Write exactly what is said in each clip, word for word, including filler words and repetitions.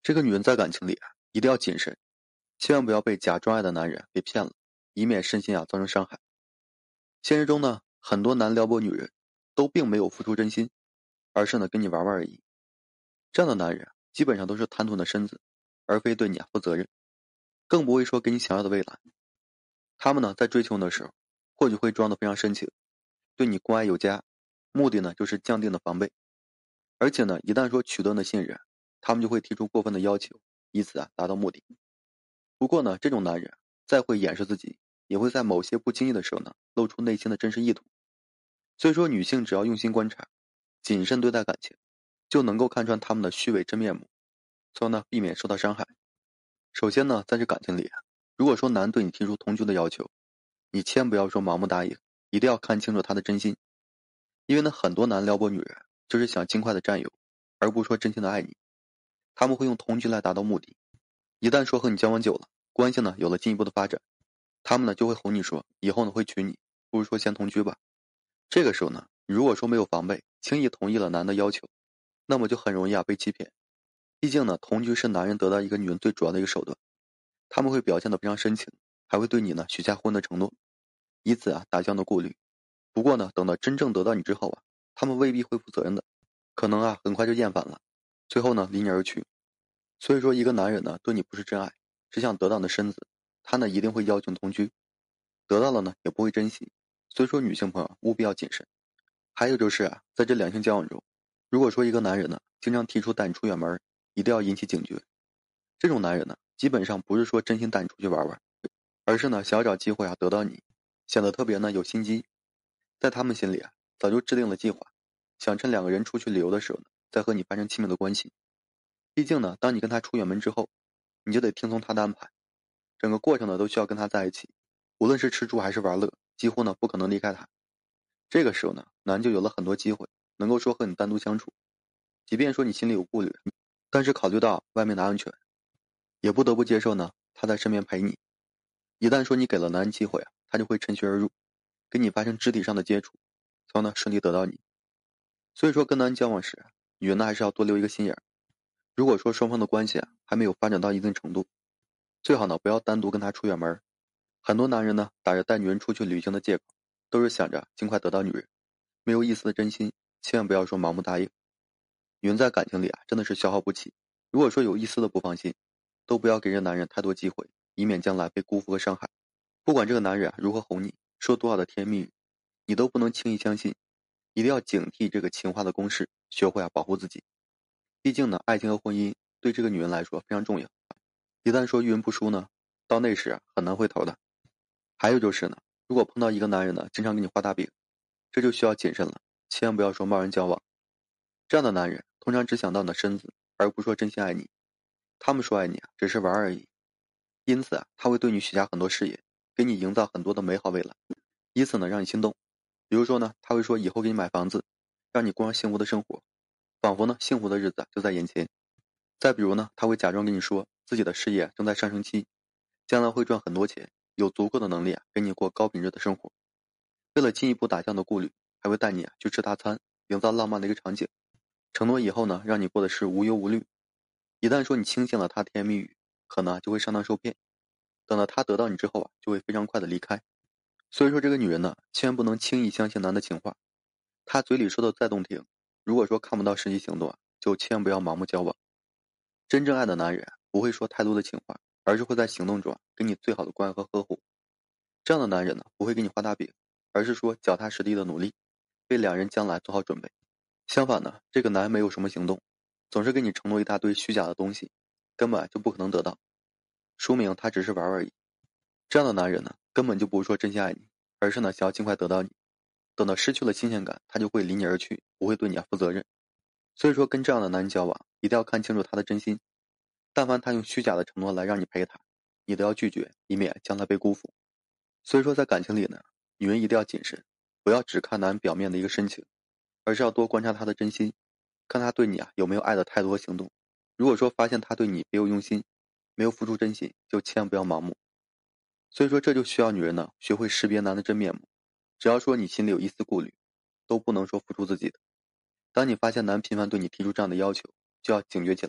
这个女人在感情里啊，一定要谨慎，千万不要被假装爱的男人给骗了，以免身心啊造成伤害。现实中呢，很多男撩拨女人都并没有付出真心，而是呢跟你玩玩而已。这样的男人啊基本上都是贪图你的身子，而非对你啊负责任，更不会说给你想要的未来。他们呢在追求你的时候，或许会装得非常深情，对你关爱有加，目的呢就是降低你的防备。而且呢，一旦说取得你的信任，他们就会提出过分的要求，以此啊达到目的。不过呢，这种男人再会掩饰自己，也会在某些不经意的时候呢，露出内心的真实意图。所以说，女性只要用心观察，谨慎对待感情，就能够看穿他们的虚伪真面目，从而呢避免受到伤害。首先呢，在这感情里啊，如果说男人对你提出同居的要求，你千不要说盲目答应，一定要看清楚他的真心。因为呢，很多男撩拨女人就是想尽快的占有，而不是说真心的爱你。他们会用同居来达到目的。一旦说和你交往久了，关系呢有了进一步的发展，他们呢就会哄你说以后呢会娶你，不如说先同居吧。这个时候呢，你如果说没有防备，轻易同意了男的要求，那么就很容易啊被欺骗。毕竟呢，同居是男人得到一个女人最主要的一个手段，他们会表现得非常深情，还会对你呢许下婚的承诺，以此啊打消你的顾虑。不过呢，等到真正得到你之后啊，他们未必会负责任的，可能啊很快就厌烦了，最后呢离你而去。所以说，一个男人呢对你不是真爱，只想得到你的身子，他呢一定会要求你同居，得到了呢也不会珍惜。所以说，女性朋友务必要谨慎。还有就是啊，在这两性交往中，如果说一个男人呢经常提出带你出远门，一定要引起警觉。这种男人呢，基本上不是说真心带你出去玩玩，而是呢想要找机会啊得到你，显得特别呢有心机。在他们心里啊，早就制定了计划，想趁两个人出去旅游的时候呢，再和你发生亲密的关系。毕竟呢，当你跟他出远门之后，你就得听从他的安排，整个过程呢都需要跟他在一起，无论是吃住还是玩乐，几乎呢不可能离开他。这个时候呢，男就有了很多机会，能够说和你单独相处，即便说你心里有顾虑，但是考虑到外面的安全，也不得不接受呢他在身边陪你。一旦说你给了男人机会啊，他就会趁虚而入，跟你发生肢体上的接触，从而呢顺利得到你。所以说跟男人交往时，女人呢还是要多留一个心眼儿。如果说双方的关系啊还没有发展到一定程度，最好呢不要单独跟他出远门。很多男人呢打着带女人出去旅行的借口，都是想着尽快得到女人，没有一丝的真心，千万不要说盲目答应。女人在感情里啊真的是消耗不起，如果说有一丝的不放心，都不要给这男人太多机会，以免将来被辜负和伤害。不管这个男人啊如何哄你，说多少的甜言蜜语，你都不能轻易相信，一定要警惕这个情话的攻势，学会啊保护自己。毕竟呢，爱情和婚姻对这个女人来说非常重要，一旦说遇人不淑呢，到那时啊很难回头的。还有就是呢，如果碰到一个男人呢经常给你画大饼，这就需要谨慎了，千万不要说贸然交往。这样的男人通常只想到你的身子，而不是说真心爱你。他们说爱你啊，只是玩而已。因此啊，他会对你许下很多誓言，给你营造很多的美好未来，以此呢让你心动。比如说呢，他会说以后给你买房子，让你过上幸福的生活，仿佛呢幸福的日子就在眼前。再比如呢，他会假装跟你说自己的事业正在上升期，将来会赚很多钱，有足够的能力啊跟你过高品质的生活。为了进一步打消你的顾虑，还会带你啊去吃大餐，营造浪漫的一个场景，承诺以后呢让你过的是无忧无虑。一旦说你轻信了他甜言蜜语，可能啊就会上当受骗。等到他得到你之后啊，就会非常快的离开。所以说这个女人呢，千万不能轻易相信男的情话。他嘴里说的再动听，如果说看不到实际行动啊，就千万不要盲目交往。真正爱的男人不会说太多的情话，而是会在行动中啊给你最好的关爱和呵护。这样的男人呢，不会给你画大饼，而是说脚踏实地的努力，为两人将来做好准备。相反呢，这个男人没有什么行动，总是给你承诺一大堆虚假的东西，根本就不可能得到，说明他只是玩而已。这样的男人呢，根本就不是说真心爱你，而是呢想要尽快得到你。等到失去了新鲜感，他就会离你而去，不会对你啊负责任。所以说，跟这样的男人交往，一定要看清楚他的真心。但凡他用虚假的承诺来让你陪他，你都要拒绝，以免将来被辜负。所以说，在感情里呢，女人一定要谨慎，不要只看男人表面的一个深情，而是要多观察他的真心，看他对你啊有没有爱的态度和行动。如果说发现他对你别有用心，没有付出真心，就千万不要盲目。所以说，这就需要女人呢学会识别男的真面目。只要说你心里有一丝顾虑，都不能说付出自己的。当你发现男频繁对你提出这样的要求，就要警觉起来，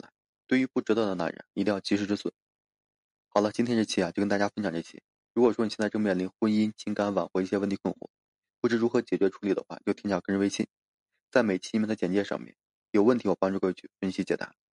对于不值得的男人，一定要及时止损。好了，今天这期啊，就跟大家分享这些。如果说你现在正面临婚姻、情感挽回一些问题困惑，不知如何解决处理的话，就添加个人微信，在每期里面的简介上面，有问题我帮助各位去分析解答。